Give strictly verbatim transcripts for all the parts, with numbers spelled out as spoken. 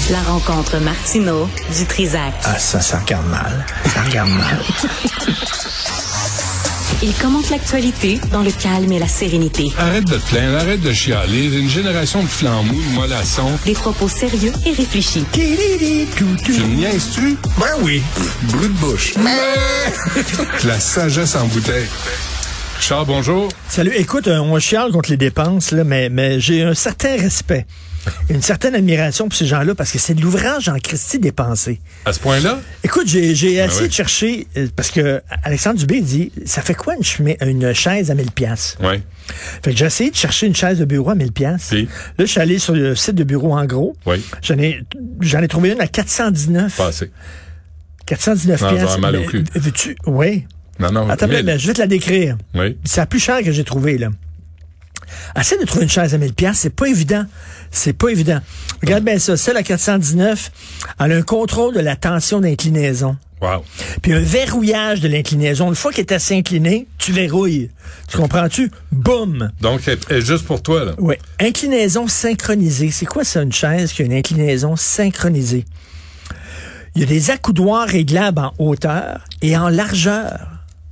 La rencontre Martineau du Trizac. Ah, ça, ça regarde mal. Ça regarde mal. Il commente l'actualité dans le calme et la sérénité. Arrête de te plaindre, arrête de chialer. Une génération de flambous, de mollassons. Des propos sérieux et réfléchis. Tu me niaises-tu? Ben oui. Brut de bouche. La sagesse en bouteille. Charles, bonjour. Salut. Écoute, on chiale contre les dépenses, là, mais, mais j'ai un certain respect, une certaine admiration pour ces gens-là, parce que c'est de l'ouvrage en Christie dépensé. À ce point-là? Écoute, j'ai, j'ai Ah essayé oui. de chercher, euh, parce que Alexandre Dubé dit, ça fait quoi une, chemin, une chaise à mille piastres? Oui. Fait que j'ai essayé de chercher une chaise de bureau à mille piastres. Puis? Là, je suis allé sur le site de bureau en gros. Oui. J'en ai, j'en ai trouvé une à quatre cent dix-neuf. Pas assez. quatre cent dix-neuf Non, piastres. j'aurais mal au Mais, cul. veux-tu? Oui. Non, non. Attends, mille. mais je vais te la décrire. Oui. C'est la plus chère que j'ai trouvée, là. Essaye de trouver une chaise à mille piastres, c'est pas évident. C'est pas évident. Regarde bien ça. Celle à quatre cent dix-neuf, elle a un contrôle de la tension d'inclinaison. Wow. Puis un verrouillage de l'inclinaison. Une fois qu'elle est assez inclinée, tu verrouilles. Tu comprends-tu? Boum! Donc, elle est juste pour toi, là. Oui. Inclinaison synchronisée. C'est quoi ça, une chaise qui a une inclinaison synchronisée? Il y a des accoudoirs réglables en hauteur et en largeur.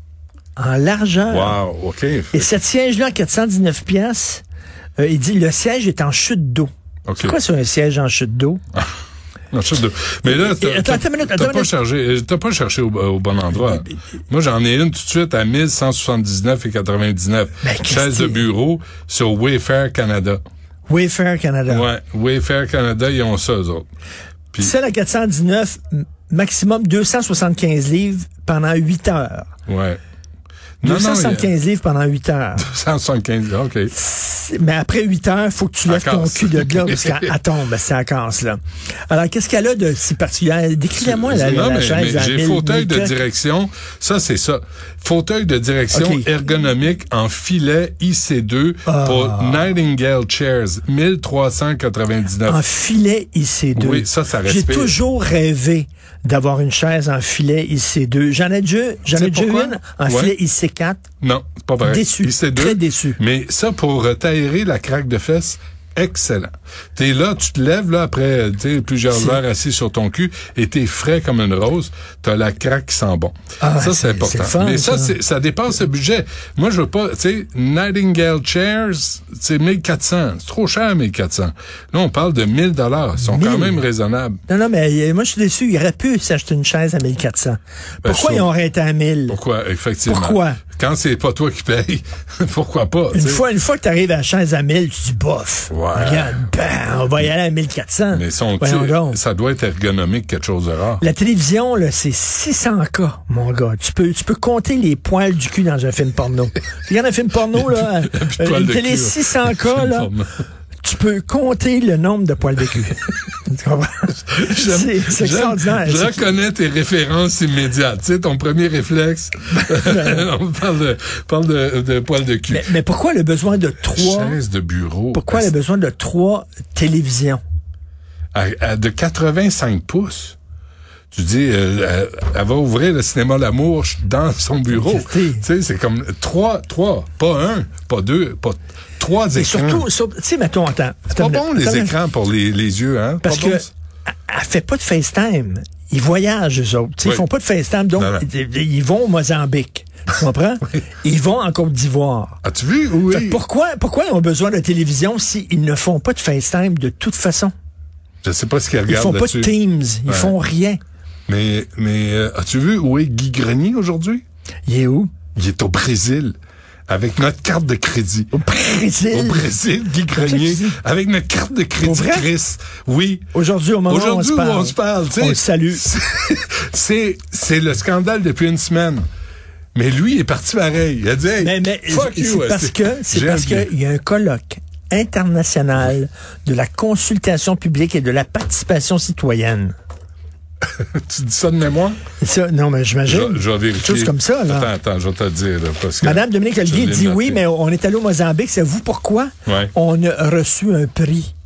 En largeur. Wow, OK. Et cette siège-là, à quatre cent dix-neuf piastres, euh, il dit le siège est en chute d'eau. OK. C'est quoi ça, un siège en chute d'eau? Non, je sais de- Mais là, Et- t'as, attends, t'as- attends une minute, t'as attends pas, une minute. cherché, t'as pas cherché au, au bon endroit. Moi, j'en ai une tout de suite à mille cent soixante-dix-neuf et quatre-vingt-dix-neuf. Ben, qu'est-ce Chaise de que- bureau sur Wayfair Canada. Wayfair Canada. Ouais, Wayfair Canada, ils ont ça, eux autres. Puis, Celle à quatre cent dix-neuf, m- maximum deux cent soixante-quinze livres pendant huit heures. ouais. deux cent soixante-quinze livres pendant huit heures. deux cent soixante-quinze, OK. C'est- Mais après huit heures, faut que tu lèves Elle ton casse. cul de là, parce qu'elle elle tombe, c'est la casse, là. Alors, qu'est-ce qu'elle a de si particulier? Décris-moi la, la, non, la mais, chaise mais à j'ai mille- fauteuil de mille- direction. Ça, c'est ça. Fauteuil de direction OK. ergonomique en filet I C deux Ah. pour Nightingale Chairs, mille trois cent quatre-vingt-dix-neuf. En filet I C deux. Oui, ça, ça J'ai respire. toujours rêvé d'avoir une chaise en filet I C deux. J'en ai déjà, j'en sais ai déjà pourquoi? une en Ouais. filet I C quatre. Non, c'est pas vrai. Déçu. I C deux. Très déçu. Mais ça, pour euh, t'aérer la craque de fesses, excellent. T'es là, tu te lèves là après tu sais, plusieurs C'est- heures assis sur ton cul et t'es frais comme une rose. T'as la craque qui sent bon. Ah, ça, c'est- c'est important. c'est fun, Mais ça, ça. c'est, ça dépasse le budget. Moi, je veux pas, tu sais, Nightingale Chairs, c'est mille quatre cents. C'est trop cher, mille quatre cents. Là, on parle de mille dollars. Ils sont quand mille. même raisonnables. Non, non, mais euh, moi, je suis déçu. Il aurait pu s'acheter une chaise à mille quatre cents. Ben, Pourquoi je ils trouve- ont arrêté à mille? Pourquoi, effectivement? Pourquoi? Quand c'est pas toi qui paye, pourquoi pas? Une tu sais? fois, une fois que tu arrives à la chaise à mille, tu dis bof. Ouais. Regarde, ben, on va y aller à mille quatre cents. Mais son, Voyons donc. ça doit être ergonomique, quelque chose de rare. La télévision, là, c'est six cents K, mon gars. Tu peux, tu peux compter les poils du cul dans un film porno. Regarde un film porno, là, plus de euh, poils une de télé cul, six cents K, Film là, porno. tu peux compter le nombre de poils de cul. Tu comprends? J'aime- C'est c'est j'aime- extraordinaire. Je C'est- reconnais tes références immédiates. Tu sais, ton premier réflexe, on parle de, parle de, de poils de cul. Mais, mais pourquoi le besoin de trois, Chaise de bureau. pourquoi à- le besoin de trois télévisions? à- à de quatre-vingt-cinq pouces. Tu dis, euh, elle, elle va ouvrir le cinéma L'Amour dans son bureau. C'est- Tu sais, c'est comme trois, trois, pas un, pas deux, pas trois Et écrans. surtout, sur- tu sais, mettons, attends. c'est pas bon les attends, écrans pour les, les yeux, hein? Parce Pas que bon, ça. elle elle fait pas de FaceTime. Ils voyagent, eux autres. Tu sais, Oui. Ils font pas de FaceTime, donc Non, non. ils ils vont au Mozambique. Tu comprends? Ils vont en Côte d'Ivoire. As-tu vu? Fait Oui. que pourquoi, pourquoi ils ont besoin de télévision s'ils ne font pas de FaceTime de toute façon? Je sais pas ce qu'ils Ils regardent font pas là-dessus. de Teams. Ils Ouais. font rien. Mais, mais euh, as-tu vu où est Guy Grenier aujourd'hui? Il est où? Il est au Brésil. Avec notre carte de crédit. Au Brésil. Au Brésil, Guy Grenier. Qu'est-ce que Avec notre carte de crédit, Pour vrai? Chris. Oui. Aujourd'hui, au moment Aujourd'hui où on se parle. on se parle, tu sais. On le salue. C'est, c'est le scandale depuis une semaine. Mais lui, il est parti pareil. Il a dit, hey, Mais, mais fuck c'est you. parce c'est- que c'est j'aime parce bien. qu'il y a un colloque international de la consultation publique et de la participation citoyenne. Tu dis ça de mémoire? Ça, non, mais Je, j'imagine. je vais vérifier. Chose comme ça, là. Attends, attends, je vais te le dire, là, parce que Madame Dominique je Olivier l'ai dit noté. oui, mais on est allé au Mozambique. Savez-vous pourquoi? Ouais. On a reçu un prix.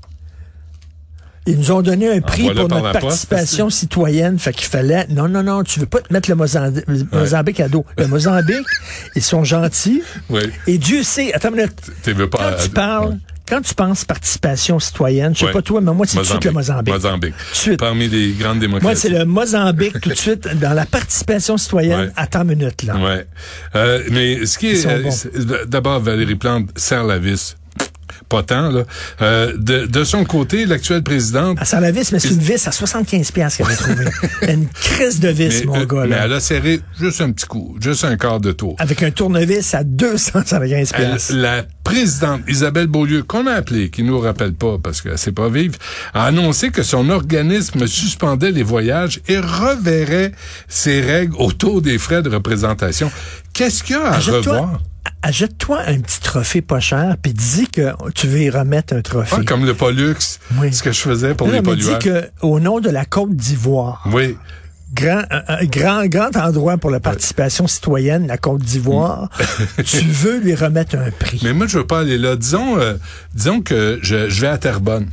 Ils nous ont donné un prix Envoie-le pour par notre la poste, participation citoyenne. Fait qu'il fallait... Non, non, non, tu veux pas te mettre le Mozambique, le Mozambique à dos. Le Mozambique, ils sont gentils. Oui. Et Dieu sait... Attends une minute. Tu veux pas... Quand tu parles... quand tu penses participation citoyenne, je sais ouais. pas toi, mais moi, c'est tout de suite le Mozambique. Mozambique. Tout de suite. Parmi les grandes démocraties. Moi, c'est le Mozambique tout de suite dans la participation citoyenne. Ouais. Attends une minute, là. Ouais. Euh, mais ce qui est, euh, bons. c'est, d'abord, Valérie Plante serre la vis. Pas tant, là. Euh, de, de son côté, l'actuelle présidente... Elle serre la vis, mais c'est une vis à soixante-quinze piastres qu'elle a trouvée. Une crise de vis, mais, mon euh, gars, mais là. elle a serré juste un petit coup, juste un quart de tour. Avec un tournevis à deux cent soixante-quinze piastres. Elle, la présidente Isabelle Beaulieu, qu'on a appelée, qui nous rappelle pas parce qu'elle sait pas vivre, a annoncé que son organisme suspendait les voyages et reverrait ses règles autour des frais de représentation. Qu'est-ce qu'il y a à Achète-toi- revoir? Achète-toi un petit trophée pas cher, puis dis que tu veux y remettre un trophée. Ah, comme le Pollux, Oui. ce que je faisais pour Non, les mais dis pollueurs. que au nom de la Côte d'Ivoire, Oui. grand, un, un grand, grand endroit pour la participation citoyenne, la Côte d'Ivoire, tu veux lui remettre un prix. Mais moi, je veux pas aller là. Disons, euh, disons que je, je vais à Terrebonne.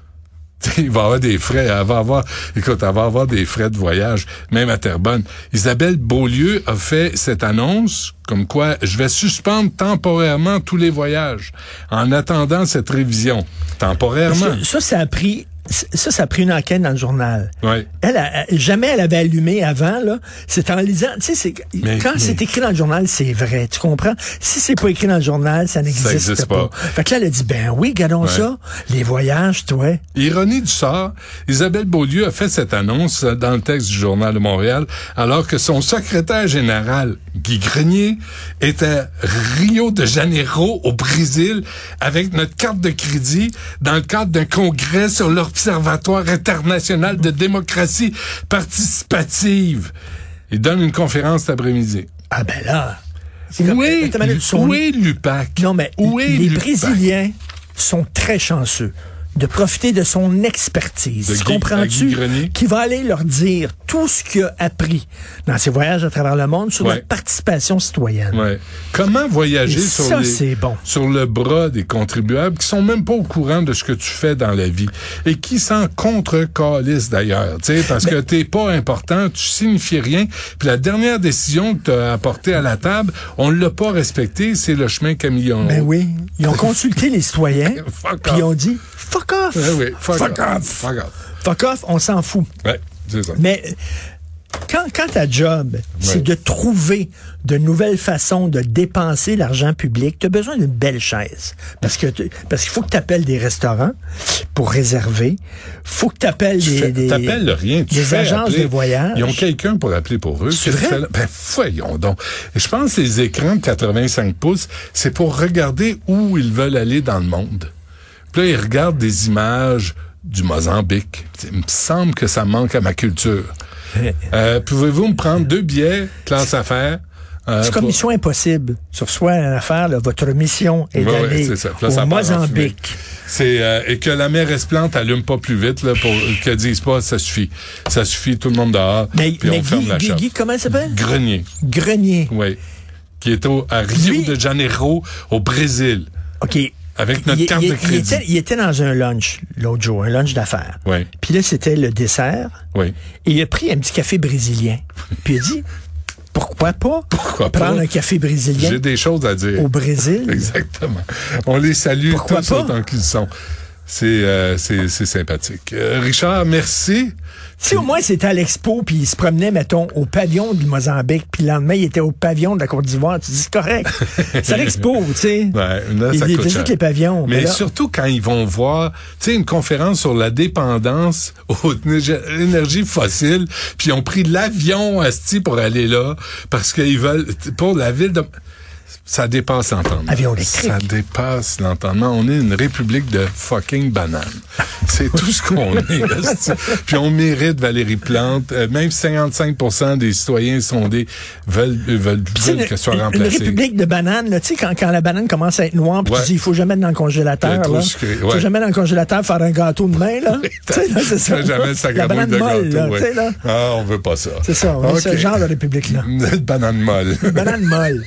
Il va y avoir des frais. Elle va avoir, écoute, elle va avoir des frais de voyage, même à Terrebonne. Isabelle Beaulieu a fait cette annonce comme quoi je vais suspendre temporairement tous les voyages en attendant cette révision. Temporairement. Ça, ça, ça a pris, ça, ça a pris une enquête dans le journal. Ouais. Elle, a, jamais elle avait allumé avant, là. C'est en lisant, tu sais, c'est, Mais- quand mais- c'est écrit dans le journal, c'est vrai, tu comprends? Si c'est pas écrit dans le journal, ça n'existe existe pas. pas. Fait que là, elle a dit, ben oui, gardons Ouais. ça. Les voyages, toi. Ironie du sort, Isabelle Beaulieu a fait cette annonce dans le texte du Journal de Montréal, alors que son secrétaire général, Guy Grenier, est à Rio de Janeiro, au Brésil, avec notre carte de crédit, dans le cadre d'un congrès sur l'Observatoire international de démocratie participative. Il donne une conférence cet après-midi. Ah ben là. c'est comme- Où est, Attends une minute, son- où est l'U P A C? Non, mais Où est les l'U P A C? Brésiliens sont très chanceux de profiter de son expertise. De Tu Guy- à comprends-tu? Guy Grenier? Qui va aller leur dire tout ce qu'il a appris dans ses voyages à travers le monde sur Ouais. la participation citoyenne. Ouais. Comment voyager Et sur, ça, les- c'est bon. sur le bras des contribuables qui sont même pas au courant de ce que tu fais dans la vie et qui s'en contre-calissent d'ailleurs, tu sais, parce que t'es pas important, tu signifies rien, puis la dernière décision que tu as apportée à la table, on l'a pas respectée, c'est le chemin Camillon. Ben oui. Ils ont consulté les citoyens, Fuck puis off. ils ont dit fuck off. Ouais, oui, fuck, Fuck off. off. Fuck off. Fuck off, on s'en fout. Ouais, c'est ça. Mais quand, quand ta job, c'est Ouais. de trouver de nouvelles façons de dépenser l'argent public, tu as besoin d'une belle chaise. Parce que tu- parce qu'il faut que tu appelles des restaurants pour réserver. faut que tu appelles Tu des, fais- des, t'appelles rien, tu des fais agences appeler. de voyage. Ils ont quelqu'un pour appeler pour eux. C'est Qu'est-ce que vrai? tu fais là? Ben, voyons donc. Et je pense que les écrans de quatre-vingt-cinq pouces, c'est pour regarder où ils veulent aller dans le monde. Puis là, ils regardent des images du Mozambique. Il me semble que ça manque à ma culture. Euh, pouvez-vous me prendre deux billets, classe affaires? Euh, C'est comme pour- Mission Impossible. Sur soi, une affaire, là, votre mission est Ouais, ouais, d'aller c'est ça. Puis là, au ça part en Mozambique. C'est euh, et que la mairesse Plante allume pas plus vite là pour qu'elle dise pas ça suffit. Ça suffit, tout le monde dehors. Mais, Puis mais on ferme Guy, la Guy, shop. Guy, comment il s'appelle? Grenier, Grenier. oui. Qui est au, à Rio Lui- de Janeiro, au Brésil, OK. avec notre il, carte il- de il crédit. était, il était dans un lunch l'autre jour, un lunch d'affaires. Oui, Puis là, c'était le dessert. oui. Et il a pris un petit café brésilien. Puis il a dit, pourquoi pas Pourquoi pas? prendre un café brésilien J'ai des choses à dire. au Brésil? Exactement. On les salue Pourquoi tous pas? autant qu'ils sont. C'est euh, c'est c'est sympathique. Euh, Richard, merci. Si au moins c'était à l'expo, puis il se promenait, mettons, au pavillon du Mozambique, puis le lendemain, il était au pavillon de la Côte d'Ivoire, tu dis, c'est correct. C'est à l'expo, tu sais. Ouais, là, il ça il coûte visite cher. les pavillons. Mais là, surtout quand ils vont voir, tu sais, une conférence sur la dépendance aux énergies fossiles, puis ils ont pris l'avion asti pour aller là, parce qu'ils veulent, pour la ville de... Ça dépasse l'entendement. Avion électrique. Ça dépasse l'entendement. On est une république de fucking bananes. C'est tout ce qu'on est. asti. Puis on mérite Valérie Plante. Euh, même cinquante-cinq pour cent des citoyens sondés veulent, veulent, tu sais, veulent qu'elle soit une, une remplacée. république de bananes, là, tu sais, quand, quand la banane commence à être noire, puis Ouais. tu dis, il faut jamais mettre dans le congélateur, Elle est trop là. sucrée, Faut ouais. jamais dans le congélateur faire un gâteau de main, là. Tu sais, là, c'est ça. Jamais le La sacramouille banane de molle, gâteau, là, ouais. tu sais, là. Ah, on veut pas ça. C'est ça, on est Ok. ce genre de république-là. Une banane molle. Banane molle.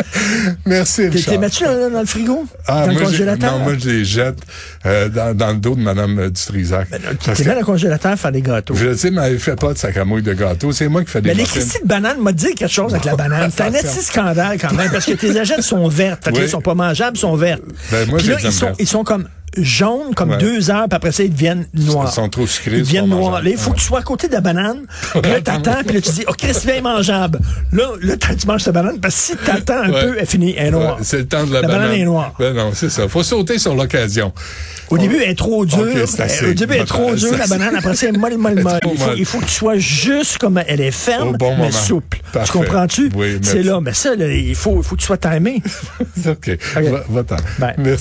Merci, Richard. T'es mets-tu dans, dans le frigo? Ah, dans moi, le congélateur? Non, moi, je les jette euh, dans, dans le dos de Mme Dutrisac. Ben, t'es dans le congélateur faire des gâteaux. Je sais, mais elle fait pas de sac à mouille de gâteau. C'est moi qui fais des Mais les muffins. Christy de banane m'a dit quelque chose avec la banane. C'est un assez scandale quand même, parce que tes agettes sont vertes. Fait que Oui. là, ils sont pas mangeables, ils sont vertes. Ben, moi, Puis je là, les ils aime sont, vertes. ils sont comme jaunes, comme Ouais. deux heures, puis après ça, ils deviennent noirs. Ils sont trop sucrés, Ils deviennent ils sont noirs. mangeables. Là, il faut Ouais. que tu sois à côté de la banane. Puis là, t'attends, puis là, tu dis, oh, Christy, bien mangeable. Là, là, tu manges ta banane, parce que si t'attends un Ouais. peu, elle finit, elle est noire. Ouais, c'est le temps de la, La banane banane. est noire. Ben non, c'est ça. Faut sauter sur l'occasion. Au début, elle est trop dure. Ok, c'est assez. Au début, elle est trop C'est dure, la assez. banane. Après ça, elle est molle, molle, molle. Trop Il faut, molle. il faut que tu sois juste comme elle est ferme, Au bon mais moment. souple. Parfait. Tu comprends-tu? Oui, C'est merci. là. Mais ça, là, il faut, il faut que tu sois timé. OK. Va- Va-t'en. Bye. Merci.